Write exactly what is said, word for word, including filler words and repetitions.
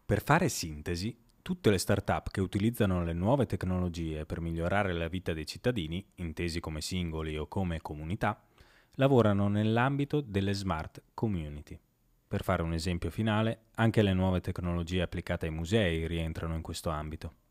Per fare sintesi, tutte le start-up che utilizzano le nuove tecnologie per migliorare la vita dei cittadini, intesi come singoli o come comunità, lavorano nell'ambito delle smart community. Per fare un esempio finale, anche le nuove tecnologie applicate ai musei rientrano in questo ambito.